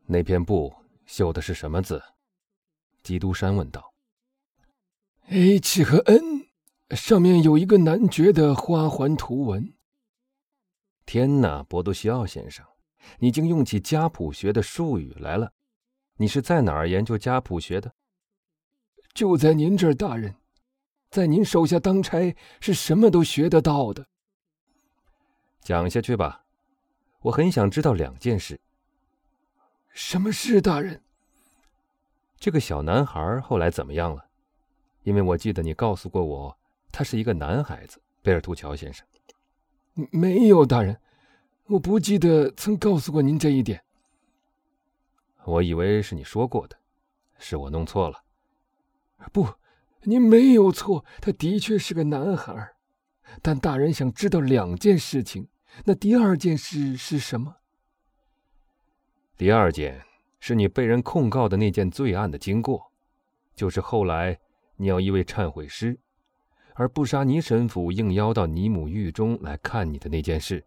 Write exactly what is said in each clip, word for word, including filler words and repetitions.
那片布绣的是什么字？基督山问道。 H 和 N 上面有一个男爵的花环图文。 天哪，博多西奥先生，你竟用起家谱学的术语来了。你是在哪儿研究家谱学的？ 就在您这儿，大人，在您手下当差是什么都学得到的。 讲下去吧，我很想知道两件事。 什么事，大人？ 这个小男孩后来怎么样了？因为我记得你告诉过我，他是一个男孩子，贝尔图乔先生。 没有，大人，我不记得曾告诉过您这一点。 我以为是你说过的，是我弄错了。 不，您没有错，他的确是个男孩。但大人想知道两件事情，那第二件事是什么？ 第二件是你被人控告的那件罪案的经过，就是后来你要一位忏悔师，而布沙尼神父应邀到尼姆狱中来看你的那件事。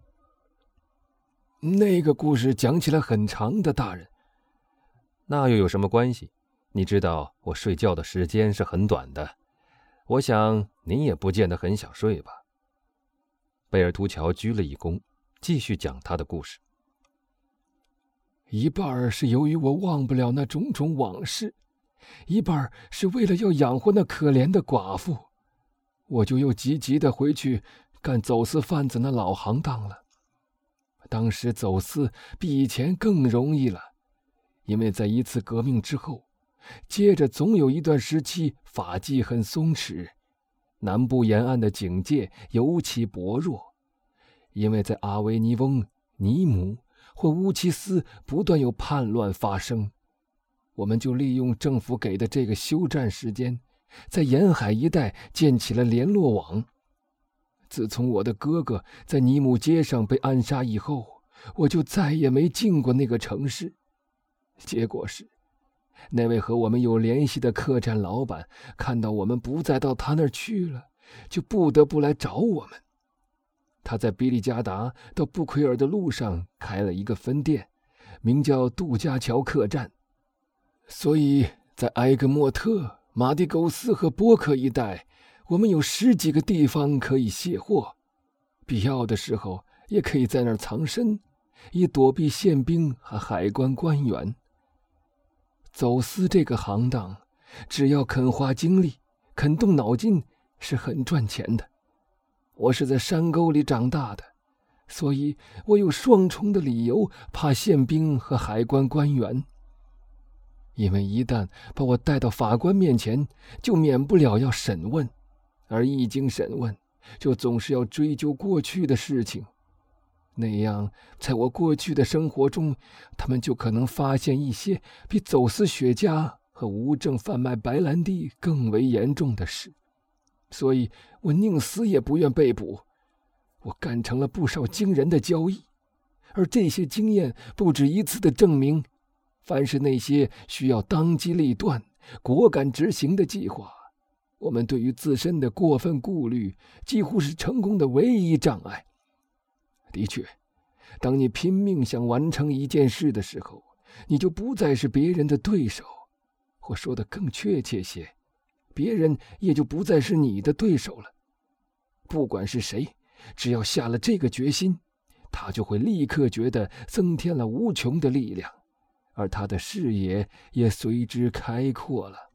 那个故事讲起来很长的，大人。 那又有什么关系？你知道我睡觉的时间是很短的，我想您也不见得很想睡吧。贝尔图乔鞠了一躬，继续讲他的故事。 一半是由于我忘不了那种种往事，一半是为了要养活那可怜的寡妇，我就又急急地回去干走私贩子那老行当了。当时走私比以前更容易了，因为在一次革命之后，接着总有一段时期法纪很松弛，南部沿岸的警戒尤其薄弱，因为在阿维尼翁、尼姆或乌奇斯不断有叛乱发生，我们就利用政府给的这个休战时间，在沿海一带建起了联络网。自从我的哥哥在尼姆街上被暗杀以后，我就再也没进过那个城市。结果是，那位和我们有联系的客栈老板看到我们不再到他那儿去了，就不得不来找我们。他在比利加达到布奎尔的路上开了一个分店，名叫杜家桥客栈。所以在埃格莫特、马蒂狗斯和波克一带，我们有十几个地方可以卸货，必要的时候也可以在那儿藏身，以躲避宪兵和海关官员。走私这个行当，只要肯花精力、肯动脑筋，是很赚钱的。我是在山沟里长大的，所以我有双重的理由怕宪兵和海关官员。因为一旦把我带到法官面前，就免不了要审问，而一经审问，就总是要追究过去的事情。那样，在我过去的生活中，他们就可能发现一些比走私雪茄和无证贩卖白兰地更为严重的事。所以我宁死也不愿被捕。我干成了不少惊人的交易，而这些经验不止一次地证明，凡是那些需要当机立断、果敢执行的计划，我们对于自身的过分顾虑几乎是成功的唯一障碍。的确，当你拼命想完成一件事的时候，你就不再是别人的对手，或说得更确切些，别人也就不再是你的对手了。不管是谁，只要下了这个决心，他就会立刻觉得增添了无穷的力量，而他的视野也随之开阔了。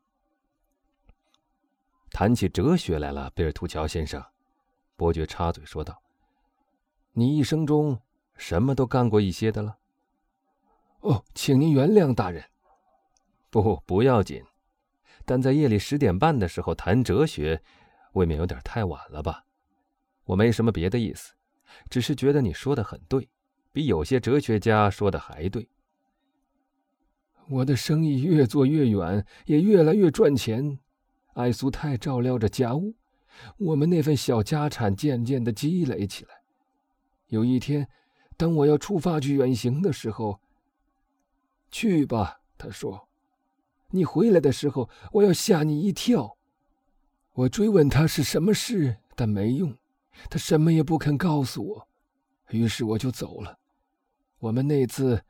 谈起哲学来了，贝尔图乔先生，伯爵插嘴说道：“你一生中什么都干过一些的了？” 哦，请您原谅，大人。 不，不要紧。但在夜里十点半的时候谈哲学，未免有点太晚了吧？我没什么别的意思，只是觉得你说的很对，比有些哲学家说的还对。 我的生意越做越远，也越来越赚钱。艾苏泰照料着家务，我们那份小家产渐渐地积累起来。有一天，当我要出发去远行的时候，去吧，他说，你回来的时候，我要吓你一跳。我追问他是什么事，但没用，他什么也不肯告诉我，于是我就走了。我们那次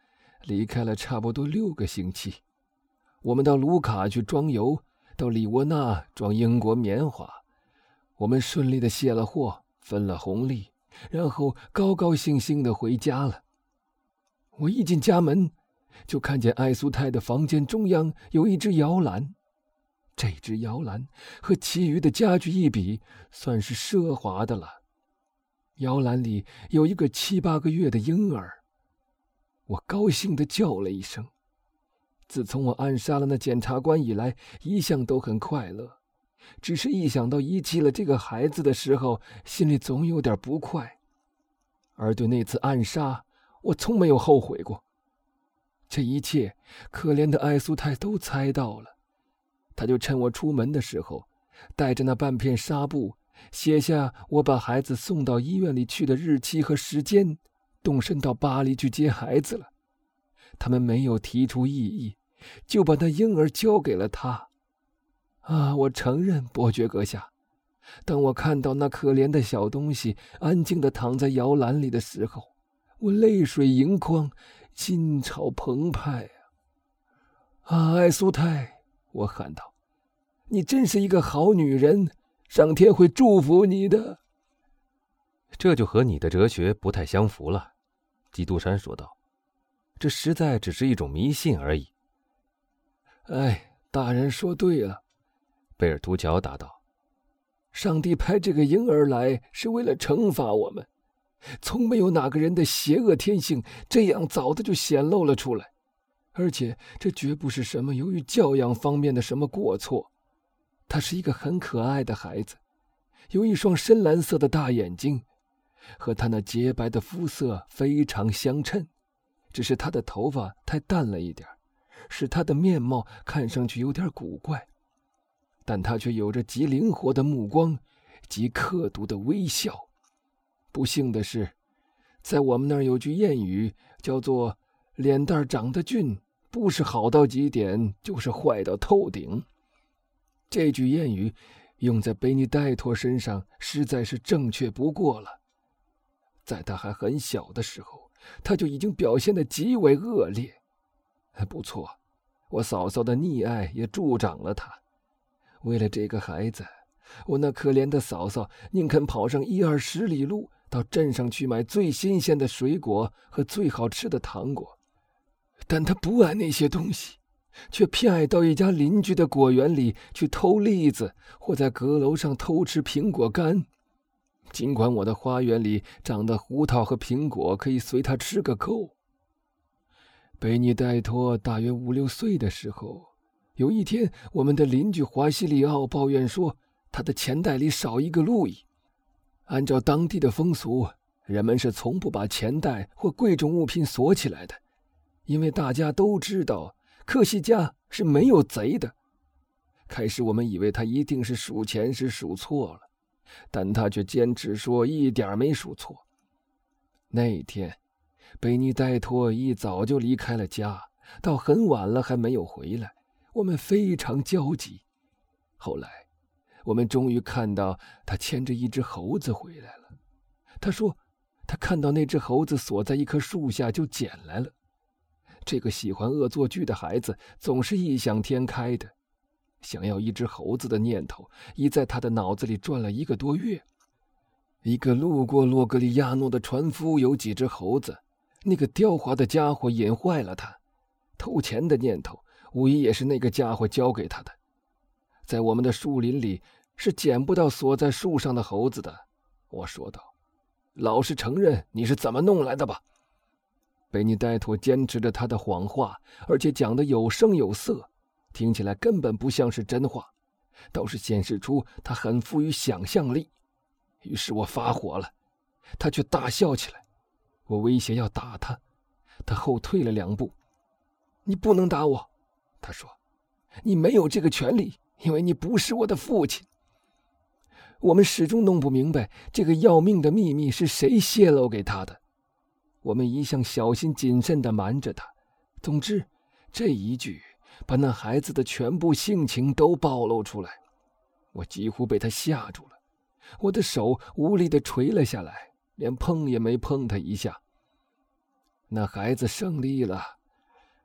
离开了差不多六个星期。我们到卢卡去装油，到里沃纳装英国棉花。我们顺利地卸了货，分了红利，然后高高兴兴地回家了。我一进家门，就看见艾苏泰的房间中央有一只摇篮。这只摇篮和其余的家具一比，算是奢华的了。摇篮里有一个七八个月的婴儿。我高兴地叫了一声。自从我暗杀了那检察官以来，一向都很快乐，只是一想到遗弃了这个孩子的时候，心里总有点不快。而对那次暗杀，我从没有后悔过。这一切，可怜的艾苏泰都猜到了。他就趁我出门的时候，带着那半片纱布，写下我把孩子送到医院里去的日期和时间，动身到巴黎去接孩子了。他们没有提出异议，就把那婴儿交给了他。啊，我承认，伯爵阁下，当我看到那可怜的小东西安静地躺在摇篮里的时候，我泪水盈眶，心潮澎湃啊！啊，艾苏泰，我喊道，你真是一个好女人，上天会祝福你的。 这就和你的哲学不太相符了，基督山说道。这实在只是一种迷信而已。 哎，大人说对了， 贝尔图乔答道。 上帝派这个婴儿来是为了惩罚我们，从没有哪个人的邪恶天性这样早的就显露了出来，而且这绝不是什么由于教养方面的什么过错。他是一个很可爱的孩子，有一双深蓝色的大眼睛，和他那洁白的肤色非常相称。只是他的头发太淡了一点，使他的面貌看上去有点古怪，但他却有着极灵活的目光，极刻毒的微笑。不幸的是，在我们那儿有句谚语，叫做“脸蛋长得俊，不是好到极点，就是坏到透顶”。这句谚语用在贝尼戴托身上实在是正确不过了。在他还很小的时候，他就已经表现得极为恶劣。不错，我嫂嫂的溺爱也助长了他。为了这个孩子，我那可怜的嫂嫂宁肯跑上一二十里路，到镇上去买最新鲜的水果和最好吃的糖果。但他不爱那些东西，却偏爱到一家邻居的果园里去偷栗子，或在阁楼上偷吃苹果干。尽管我的花园里长的胡桃和苹果可以随他吃个够。贝尼戴托大约五六岁的时候，有一天，我们的邻居华西里奥抱怨说，他的钱袋里少一个路易。按照当地的风俗，人们是从不把钱袋或贵重物品锁起来的，因为大家都知道克西家是没有贼的。开始我们以为他一定是数钱时数错了，但他却坚持说一点没数错。那天，贝尼戴托一早就离开了家，到很晚了还没有回来，我们非常焦急。后来，我们终于看到他牵着一只猴子回来了。他说，他看到那只猴子锁在一棵树下，就捡来了。这个喜欢恶作剧的孩子总是异想天开的，想要一只猴子的念头已在他的脑子里转了一个多月。一个路过洛格利亚诺的船夫有几只猴子，那个刁滑的家伙引坏了他。偷钱的念头无疑也是那个家伙教给他的。在我们的树林里是捡不到锁在树上的猴子的，我说道。老实承认你是怎么弄来的吧。贝尼戴托坚持着他的谎话，而且讲得有声有色，听起来根本不像是真话，倒是显示出他很富于想象力。于是我发火了，他却大笑起来。我威胁要打他，他后退了两步。你不能打我，他说，你没有这个权利，因为你不是我的父亲。我们始终弄不明白这个要命的秘密是谁泄露给他的。我们一向小心谨慎地瞒着他。总之，这一句把那孩子的全部性情都暴露出来。我几乎被他吓住了，我的手无力地垂了下来，连碰也没碰他一下。那孩子胜利了，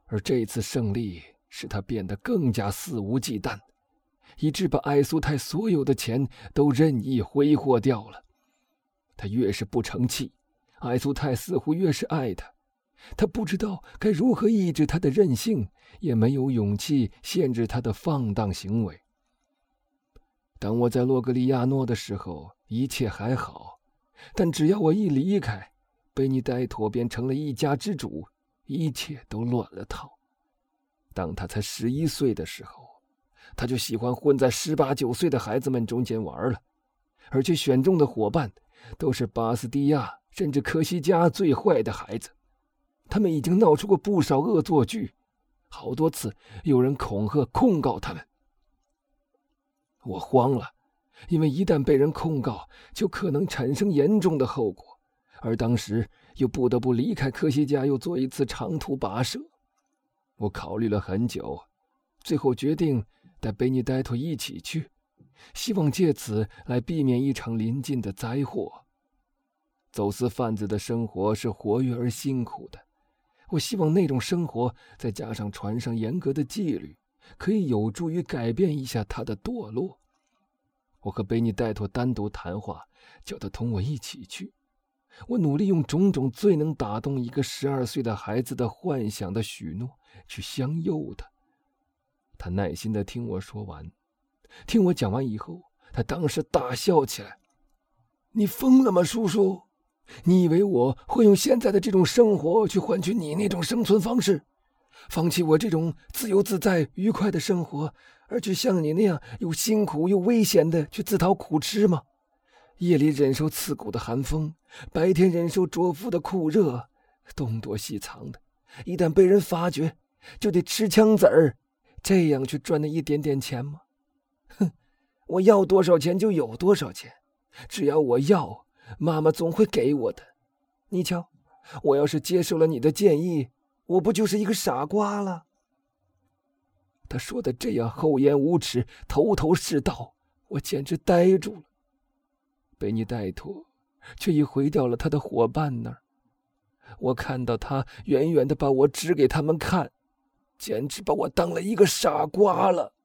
而这次胜利使他变得更加肆无忌惮，以致把艾苏泰所有的钱都任意挥霍掉了。他越是不成器，艾苏泰似乎越是爱他。他不知道该如何抑制他的任性，也没有勇气限制他的放荡行为。当我在洛格利亚诺的时候，一切还好，但只要我一离开，贝尼戴托便成了一家之主，一切都乱了套。当他才十一岁的时候，他就喜欢混在十八九岁的孩子们中间玩了，而且选中的伙伴都是巴斯蒂亚甚至科西嘉最坏的孩子。他们已经闹出过不少恶作剧，好多次有人恐吓控告他们。我慌了，因为一旦被人控告，就可能产生严重的后果，而当时又不得不离开科西嘉，又做一次长途跋涉。我考虑了很久，最后决定带贝尼戴托一起去，希望借此来避免一场临近的灾祸。走私贩子的生活是活跃而辛苦的，我希望那种生活再加上船上严格的纪律，可以有助于改变一下他的堕落。我和贝尼戴托单独谈话，叫他同我一起去。我努力用种种最能打动一个十二岁的孩子的幻想的许诺去相诱他。他耐心地听我说完，听我讲完以后，他当时大笑起来：“你疯了吗，叔叔？你以为我会用现在的这种生活去换取你那种生存方式？放弃我这种自由自在愉快的生活，而去像你那样又辛苦又危险的去自讨苦吃吗？夜里忍受刺骨的寒风，白天忍受灼腹的酷热，东躲西藏的，一旦被人发觉，就得吃枪子儿，这样去赚那一点点钱吗？哼，我要多少钱就有多少钱，只要我要，妈妈总会给我的。你瞧，我要是接受了你的建议，我不就是一个傻瓜了？”他说的这样厚颜无耻，头头是道，我简直呆住了。贝尼戴托却已回到了他的伙伴那儿，我看到他远远地把我指给他们看，简直把我当了一个傻瓜了。